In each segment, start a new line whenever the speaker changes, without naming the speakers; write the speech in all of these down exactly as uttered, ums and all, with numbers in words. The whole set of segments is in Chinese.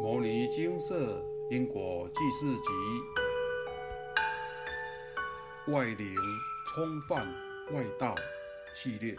摩尼精舍因果记事集外灵冲犯外道系列。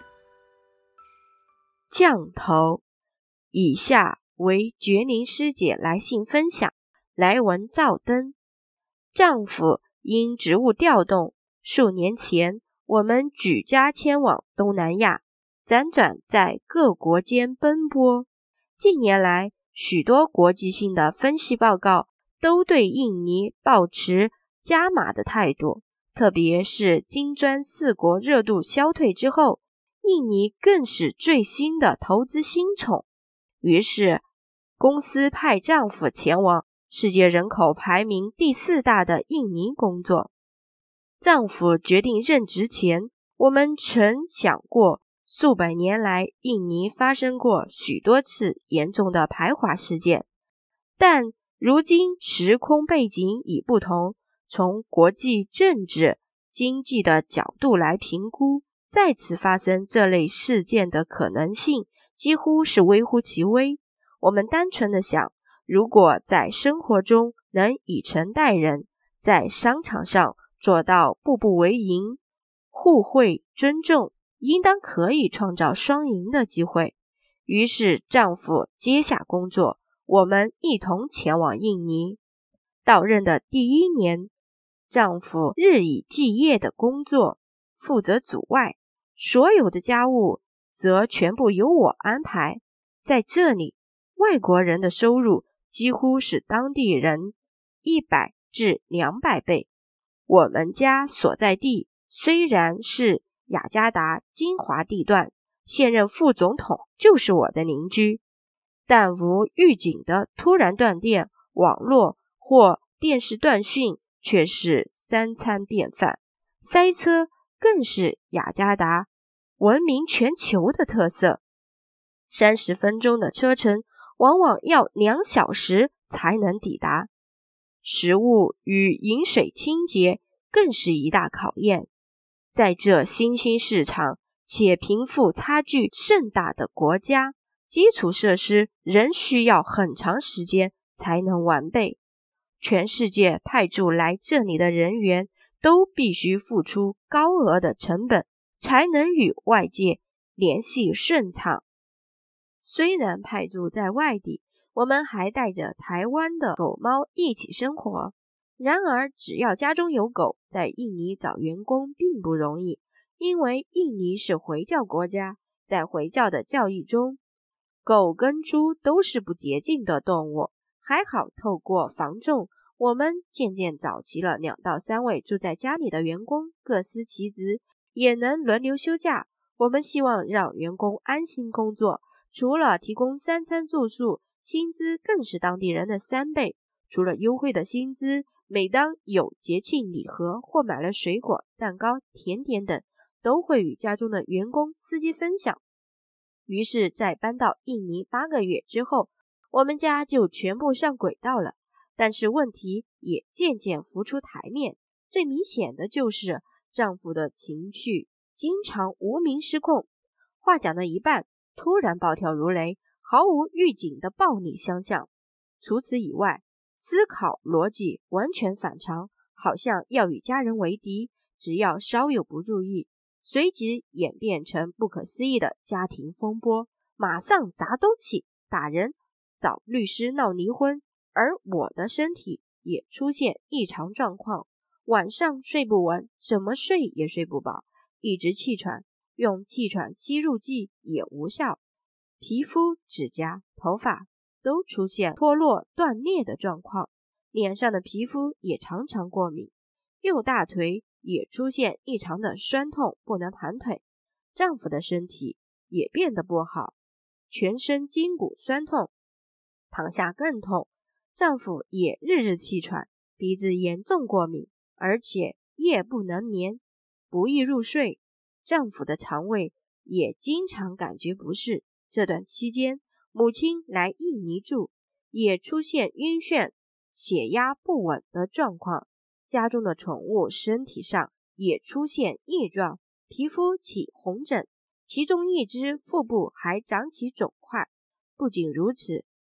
降头。以下为觉宁师姐来信分享。来文照登。丈夫因职务调动，数年前我们举家迁往东南亚，辗转在各国间奔波。近年来，许多国际性的分析报告都对印尼抱持加码的态度，特别是金砖四国热度消退之后，印尼更是最新的投资新宠。于是公司派丈夫前往世界人口排名第四大的印尼工作。丈夫决定任职前，我们曾想过，数百年来印尼发生过许多次严重的排华事件，但如今时空背景已不同，从国际政治经济的角度来评估，再次发生这类事件的可能性几乎是微乎其微。我们单纯的想，如果在生活中能以诚待人，在商场上做到步步为营，互惠尊重，应当可以创造双赢的机会。于是丈夫接下工作，我们一同前往印尼。到任的第一年，丈夫日以继夜的工作，负责主外，所有的家务则全部由我安排。在这里，外国人的收入几乎是当地人一百至两百倍。我们家所在地虽然是雅加达精华地段，现任副总统就是我的邻居，但无预警的突然断电、网络或电视断讯却是三餐便饭。塞车更是雅加达闻名全球的特色，三十分钟的车程往往要两小时才能抵达。食物与饮水清洁更是一大考验。在这新兴市场且贫富差距甚大的国家，基础设施仍需要很长时间才能完备。全世界派驻来这里的人员都必须付出高额的成本，才能与外界联系顺畅。虽然派驻在外地，我们还带着台湾的狗猫一起生活。然而只要家中有狗，在印尼找员工并不容易，因为印尼是回教国家，在回教的教义中，狗跟猪都是不洁净的动物。还好透过房仲，我们渐渐找齐了两到三位住在家里的员工，各司其职，也能轮流休假。我们希望让员工安心工作，除了提供三餐住宿，薪资更是当地人的三倍。除了优惠的薪资，每当有节庆礼盒或买了水果、蛋糕、甜点等，都会与家中的员工司机分享。于是在搬到印尼八个月之后，我们家就全部上轨道了。但是问题也渐渐浮出台面，最明显的就是丈夫的情绪经常无名失控，话讲到一半，突然暴跳如雷，毫无预警的暴力相向。除此以外，思考逻辑完全反常，好像要与家人为敌，只要稍有不注意，随即演变成不可思议的家庭风波，马上砸东西、打人、找律师闹离婚。而我的身体也出现异常状况，晚上睡不稳，怎么睡也睡不饱，一直气喘，用气喘吸入剂也无效，皮肤、指甲、头发都出现脱落断裂的状况，脸上的皮肤也常常过敏，右大腿也出现异常的酸痛，不能盘腿。丈夫的身体也变得不好，全身筋骨酸痛，躺下更痛。丈夫也日日气喘，鼻子严重过敏，而且夜不能眠，不易入睡。丈夫的肠胃也经常感觉不适。这段期间，母亲来印尼住，也出现晕眩、血压不稳的状况。家中的宠物身体上也出现异状，皮肤起红疹，其中一只腹部还长起肿块。不仅如此，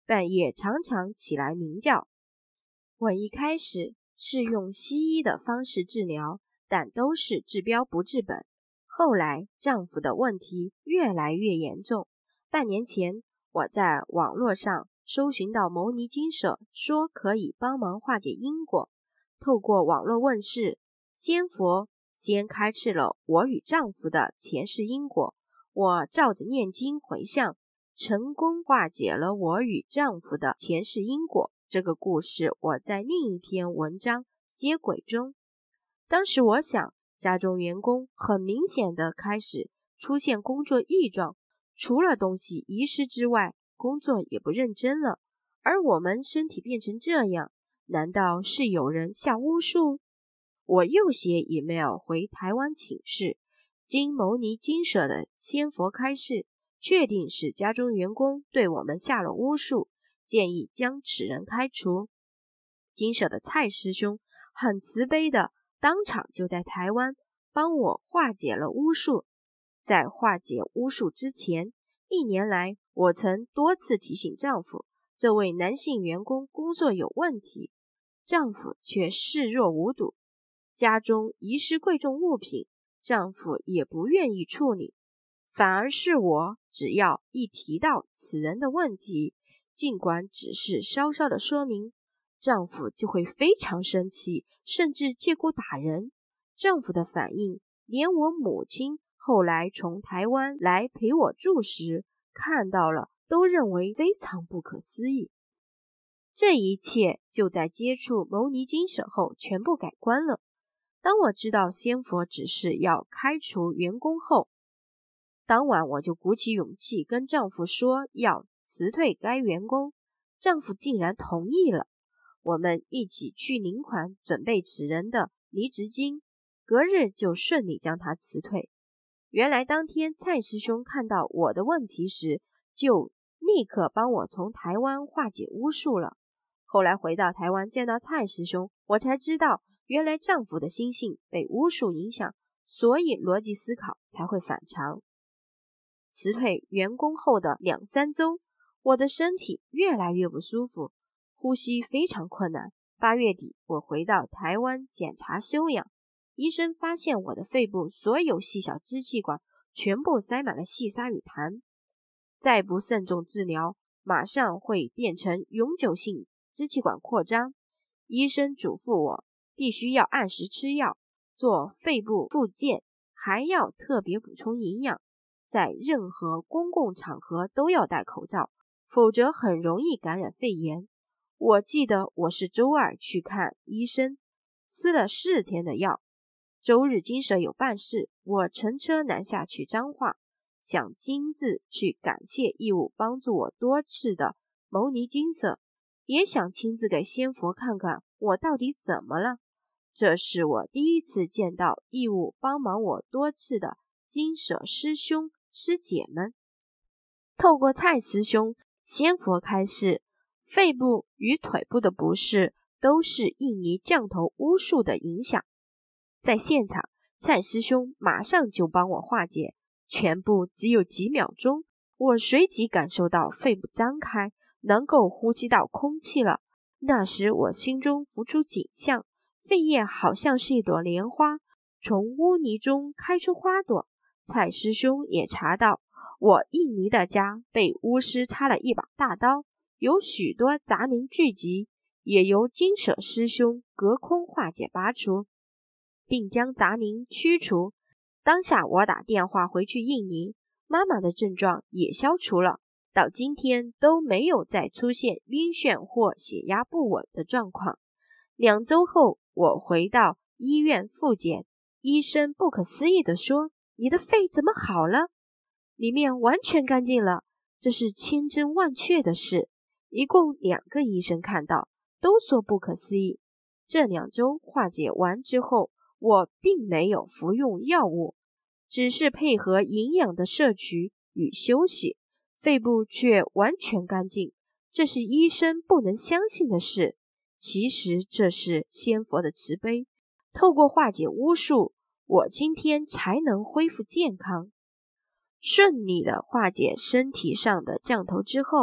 半夜常常起来鸣叫。我一开始是用西医的方式治疗，但都是治标不治本。后来丈夫的问题越来越严重。半年前，我在网络上搜寻到牟尼精舍，说可以帮忙化解因果。透过网络问世，仙佛先开示了我与丈夫的前世因果。我照着念经回向，成功化解了我与丈夫的前世因果。这个故事我在另一篇文章接轨中。当时我想，家中员工很明显的开始出现工作异状，除了东西遗失之外，工作也不认真了。而我们身体变成这样，难道是有人下巫术？我又写 email 回台湾请示，经牟尼精舍的仙佛开示，确定是家中员工对我们下了巫术，建议将此人开除。精舍的蔡师兄很慈悲的当场就在台湾帮我化解了巫术。在化解巫术之前，一年来我曾多次提醒丈夫，这位男性员工工作有问题，丈夫却视若无睹。家中遗失贵重物品，丈夫也不愿意处理，反而是我只要一提到此人的问题，尽管只是稍稍的说明，丈夫就会非常生气，甚至借故打人。丈夫的反应，连我母亲后来从台湾来陪我住时看到了，都认为非常不可思议。这一切就在接触牟尼精舍后全部改观了。当我知道仙佛只是要开除员工后，当晚我就鼓起勇气跟丈夫说要辞退该员工，丈夫竟然同意了。我们一起去领款准备此人的离职金，隔日就顺利将他辞退。原来当天蔡师兄看到我的问题时，就立刻帮我从台湾化解巫术了。后来回到台湾见到蔡师兄，我才知道原来丈夫的心性被巫术影响，所以逻辑思考才会反常。辞退员工后的两三周，我的身体越来越不舒服，呼吸非常困难。八月底，我回到台湾检查休养，医生发现我的肺部所有细小支气管全部塞满了细沙与痰，再不慎重治疗，马上会变成永久性支气管扩张。医生嘱咐我必须要按时吃药，做肺部复健，还要特别补充营养，在任何公共场合都要戴口罩，否则很容易感染肺炎。我记得我是周二去看医生，吃了四天的药。周日精舍有办事，我乘车南下去彰化，想亲自去感谢义务帮助我多次的牟尼精舍，也想亲自给仙佛看看我到底怎么了。这是我第一次见到义务帮忙我多次的精舍师兄师姐们。透过蔡师兄仙佛开示，肺部与腿部的不适都是印尼降头巫术的影响。在现场，蔡师兄马上就帮我化解，全部只有几秒钟，我随即感受到肺部张开，能够呼吸到空气了。那时我心中浮出景象，肺叶好像是一朵莲花，从污泥中开出花朵。蔡师兄也查到我印尼的家被巫师插了一把大刀，有许多杂灵聚集，也由精舍师兄隔空化解拔除，并将杂灵驱除。当下我打电话回去印尼，妈妈的症状也消除了，到今天都没有再出现晕眩或血压不稳的状况。两周后，我回到医院复检，医生不可思议地说：“你的肺怎么好了？里面完全干净了。”这是千真万确的事。一共两个医生看到，都说不可思议。这两周化解完之后，我并没有服用药物，只是配合营养的摄取与休息，肺部却完全干净。这是医生不能相信的事。其实这是仙佛的慈悲，透过化解巫术，我今天才能恢复健康。顺利的化解身体上的降头之后，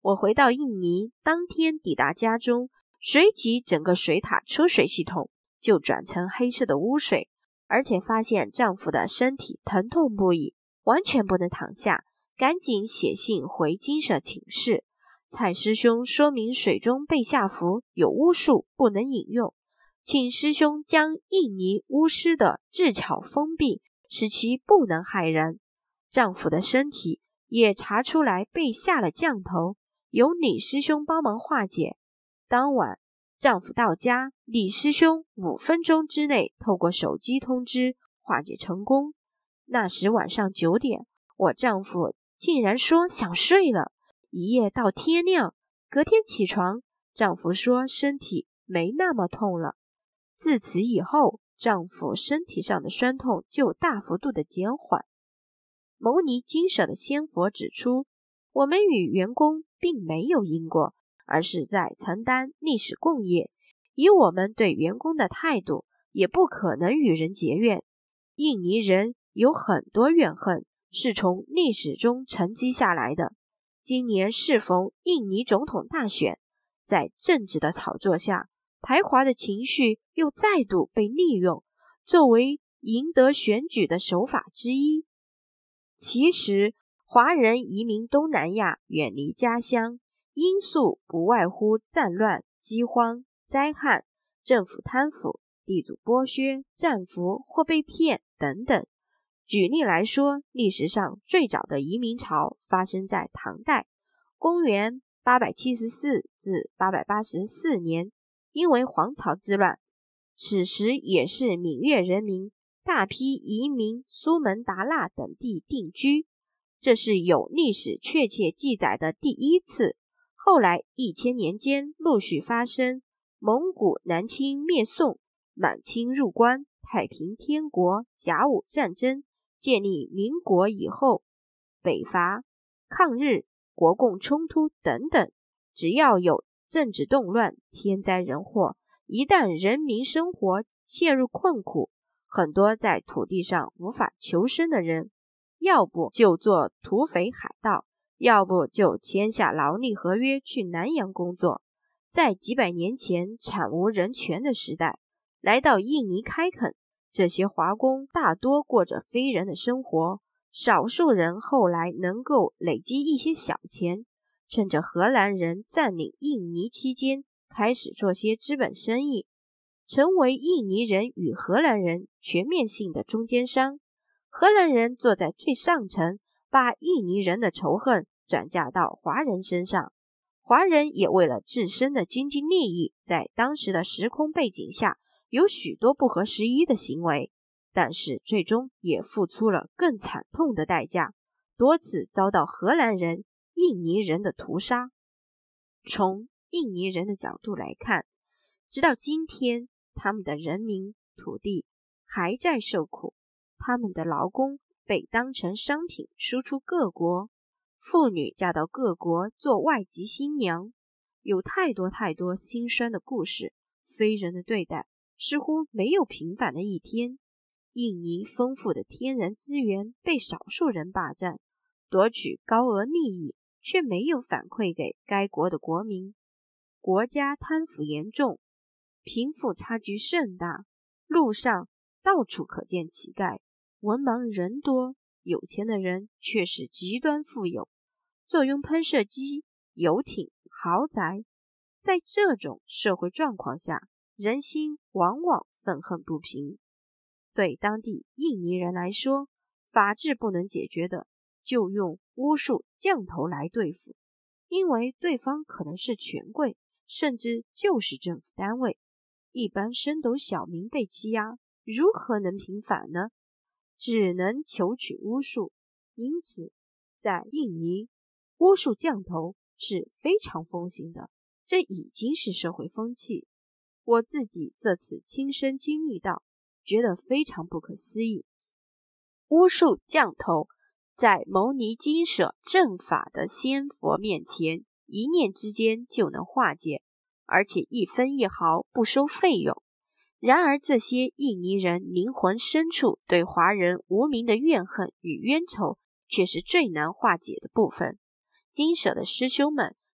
我回到印尼，当天抵达家中，随即整个水塔抽水系统就转成黑色的污水，而且发现丈夫的身体疼痛不已，完全不能躺下，赶紧写信回精舍请示。蔡师兄说明水中被下符有巫术，不能饮用，请师兄将印尼巫师的智巧封闭，使其不能害人。丈夫的身体也查出来被下了降头，由李师兄帮忙化解。当晚丈夫到家，李师兄五分钟之内透过手机通知化解成功。那时晚上九点，我丈夫竟然说想睡了，一夜到天亮。隔天起床，丈夫说身体没那么痛了。自此以后，丈夫身体上的酸痛就大幅度的减缓。牟尼精舍的仙佛指出，我们与员工并没有因果，而是在承担历史共业。以我们对员工的态度，也不可能与人结怨。印尼人有很多怨恨，是从历史中沉积下来的。今年适逢印尼总统大选，在政治的炒作下，排华的情绪又再度被利用，作为赢得选举的手法之一。其实，华人移民东南亚，远离家乡，因素不外乎战乱、饥荒、灾害、政府贪腐、地主剥削、战俘或被骗等等。举例来说，历史上最早的移民潮发生在唐代，公元八百七十四至八百八十四年，因为黄巢之乱，此时也是闽粤人民大批移民苏门答腊等地定居，这是有历史确切记载的第一次。后来一千年间陆续发生蒙古南侵灭宋、满清入关、太平天国、甲午战争、建立民国以后，北伐、抗日、国共冲突等等。只要有政治动乱、天灾人祸，一旦人民生活陷入困苦，很多在土地上无法求生的人，要不就做土匪海盗，要不就签下劳力合约去南洋工作。在几百年前惨无人权的时代，来到印尼开垦，这些华工大多过着非人的生活，少数人后来能够累积一些小钱，趁着荷兰人占领印尼期间开始做些资本生意，成为印尼人与荷兰人全面性的中间商。荷兰人坐在最上层，把印尼人的仇恨转嫁到华人身上。华人也为了自身的经济利益，在当时的时空背景下有许多不合时宜的行为，但是最终也付出了更惨痛的代价，多次遭到荷兰人、印尼人的屠杀。从印尼人的角度来看，直到今天，他们的人民、土地还在受苦，他们的劳工被当成商品输出各国，妇女嫁到各国做外籍新娘，有太多太多心酸的故事。非人的对待似乎没有平反的一天。印尼丰富的天然资源被少数人霸占，夺取高额利益，却没有反馈给该国的国民。国家贪腐严重，贫富差距甚大，路上到处可见乞丐，文盲人多，有钱的人却是极端富有，坐拥喷射机、游艇、豪宅。在这种社会状况下，人心往往愤恨不平。对当地印尼人来说，法治不能解决的，就用巫术降头来对付，因为对方可能是权贵，甚至就是政府单位。一般升斗小民被欺压，如何能平反呢？只能求取巫术。因此，在印尼，巫术降头是非常风行的，这已经是社会风气。我自己这次亲身经历到，觉得非常不可思议。巫术降头在牟尼精舍正法的仙佛面前，一念之间就能化解，而且一分一毫不收费用。然而这些印尼人灵魂深处对华人无名的怨恨与冤仇，却是最难化解的部分。精舍的师兄们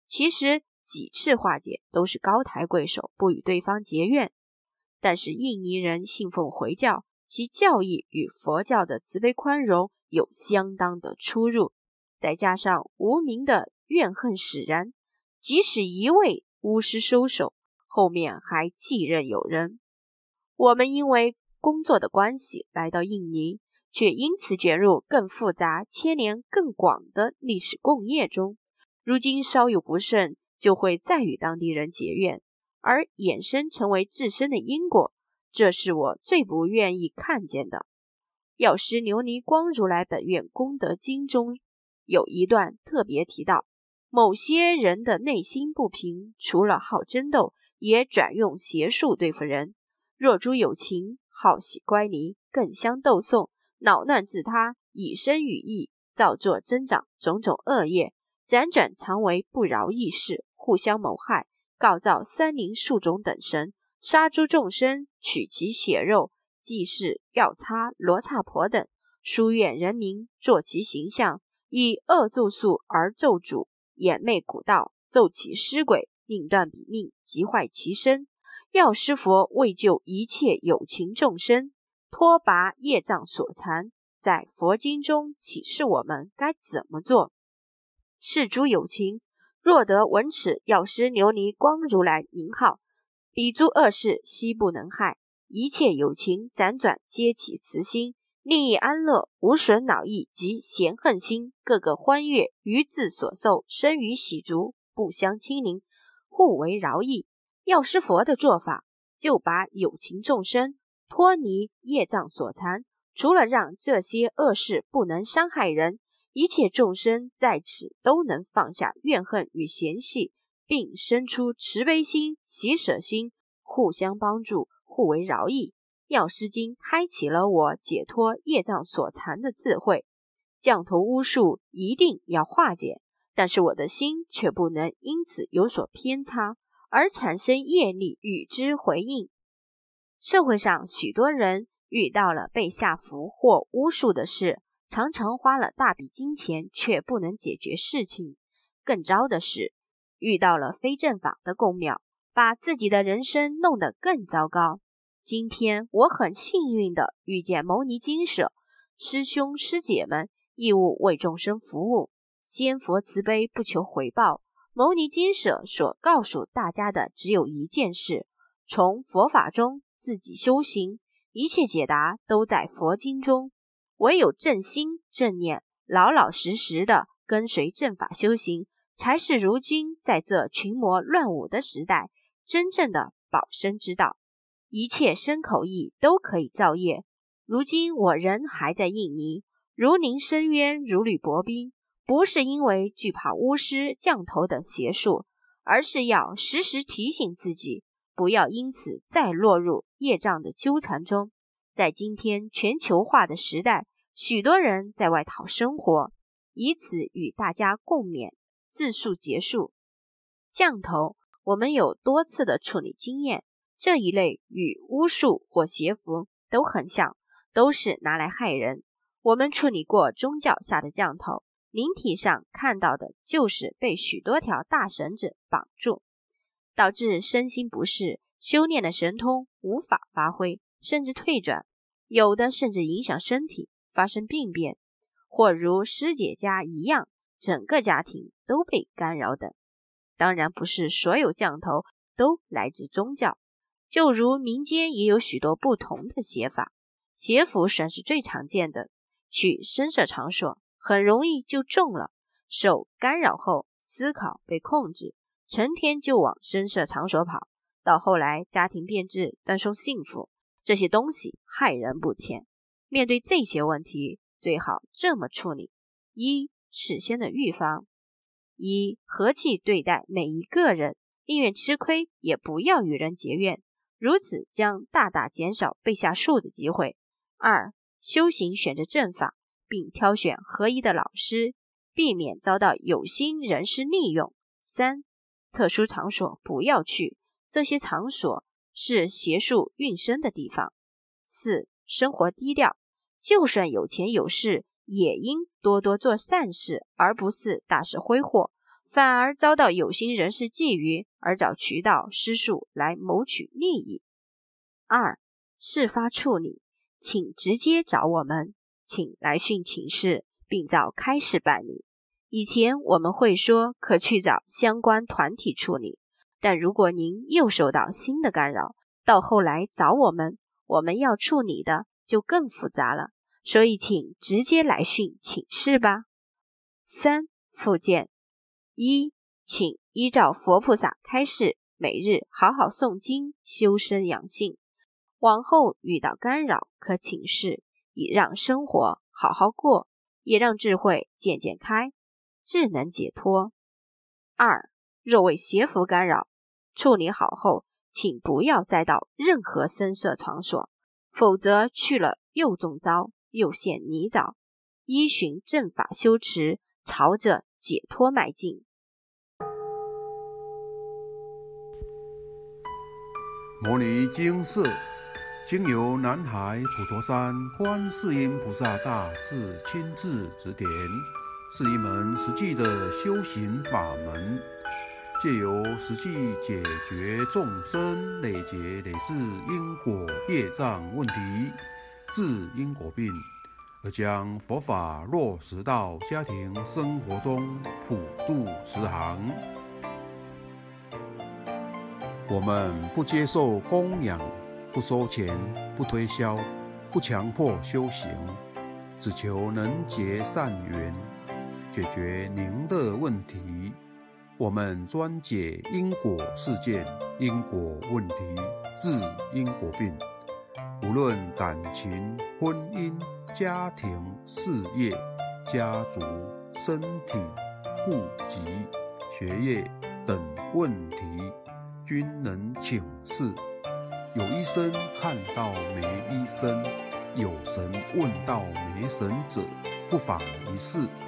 其实几次化解都是高抬贵手，不与对方结怨。但是印尼人信奉回教，其教义与佛教的慈悲宽容有相当的出入，再加上无名的怨恨使然，即使一味巫师收手，后面还继任有人。我们因为工作的关系来到印尼，却因此卷入更复杂、牵连更广的历史共业中。如今稍有不慎，就会再与当地人结怨，而衍生成为自身的因果，这是我最不愿意看见的。药师琉璃光如来本愿功德经中有一段特别提到，某些人的内心不平，除了好争斗，也转用邪术对付人。若诸有情，好喜乖离，更相斗讼，恼乱自他，以身语意，造作增长种种恶业，辗转常为不饶义事，互相谋害，告造山林树种等神，杀诸众生，取其血肉，祭祀药叉、罗刹婆等，书怨人民，作其形象，以恶咒术而咒诅，掩昧古道，奏其尸鬼，令断彼命，急坏其身。药师佛为救一切有情众生，脱拔业障所缠，在佛经中启示我们该怎么做。是诸有情，若得闻此药师琉璃光如来名号，彼诸恶事悉不能害。一切有情辗转皆起慈心，利益安乐，无损恼意及嫌恨心，个个欢悦，于自所受，生于喜足，不相亲邻，互为饶益。药师佛的做法，就把有情众生脱离业障所缠，除了让这些恶事不能伤害人，一切众生在此都能放下怨恨与嫌隙，并生出慈悲心、喜舍心，互相帮助，互为饶益。药师经开启了我解脱业障所缠的智慧。降头巫术一定要化解，但是我的心却不能因此有所偏差，而产生业力与之回应。社会上许多人遇到了被下符或巫术的事，常常花了大笔金钱却不能解决事情。更糟的是，遇到了非正法的公庙，把自己的人生弄得更糟糕。今天我很幸运地遇见牟尼精舍，师兄师姐们义务为众生服务，仙佛慈悲不求回报。牟尼精舍所告诉大家的只有一件事，从佛法中自己修行，一切解答都在佛经中。唯有正心正念，老老实实的跟随正法修行，才是如今在这群魔乱舞的时代真正的保身之道。一切身口意都可以造业。如今我人还在印尼，如临深渊，如履薄冰，不是因为惧怕巫师、降头等邪术，而是要时时提醒自己，不要因此再落入业障的纠缠中。在今天全球化的时代，许多人在外讨生活，以此与大家共勉，自述结束。降头，我们有多次的处理经验，这一类与巫术或邪符都很像，都是拿来害人。我们处理过宗教下的降头，灵体上看到的就是被许多条大绳子绑住，导致身心不适，修炼的神通无法发挥，甚至退转，有的甚至影响身体，发生病变，或如师姐家一样，整个家庭都被干扰等。当然不是所有降头都来自宗教，就如民间也有许多不同的邪法，邪符算是最常见的，去声色场所很容易就中了，受干扰后思考被控制，成天就往声色场所跑，到后来家庭变质，断送幸福，这些东西害人不浅。面对这些问题，最好这么处理：一、事先的预防；一、和气对待每一个人，宁愿吃亏也不要与人结怨，如此将大大减少被下术的机会。二、修行选择正法，并挑选合宜的老师，避免遭到有心人士利用。三、特殊场所不要去，这些场所是邪术运生的地方。四、生活低调，就算有钱有势，也应多多做善事，而不是大肆挥霍， 反而遭到有心人士觊觎，而找渠道施术来谋取利益。二、事发处理，请直接找我们，请来讯请示，并照开示办理。以前我们会说可去找相关团体处理，但如果您又受到新的干扰，到后来找我们，我们要处理的就更复杂了，所以请直接来讯请示吧。三、附件一，请依照佛菩萨开示，每日好好诵经，修身养性。往后遇到干扰，可请示，以让生活好好过，也让智慧渐渐开，智能解脱。二、若为邪符干扰，处理好后，请不要再到任何声色场所，否则去了又中招，又陷泥沼。依循正法修持，朝着解脱迈进。
摩尼经释经由南海普陀山观世音菩萨大士亲自指点，是一门实际的修行法门，借由实际解决众生累劫累世因果业障问题，治因果病，而将佛法落实到家庭生活中，普度慈航。我们不接受供养，不收钱，不推销，不强迫修行，只求能结善缘，解决您的问题。我们专解因果事件、因果问题，治因果病。无论感情、婚姻、家庭、事业、家族、身体、户籍、学业等问题，均能请示。有医生看到没医生，有神问到没神者，不妨一试。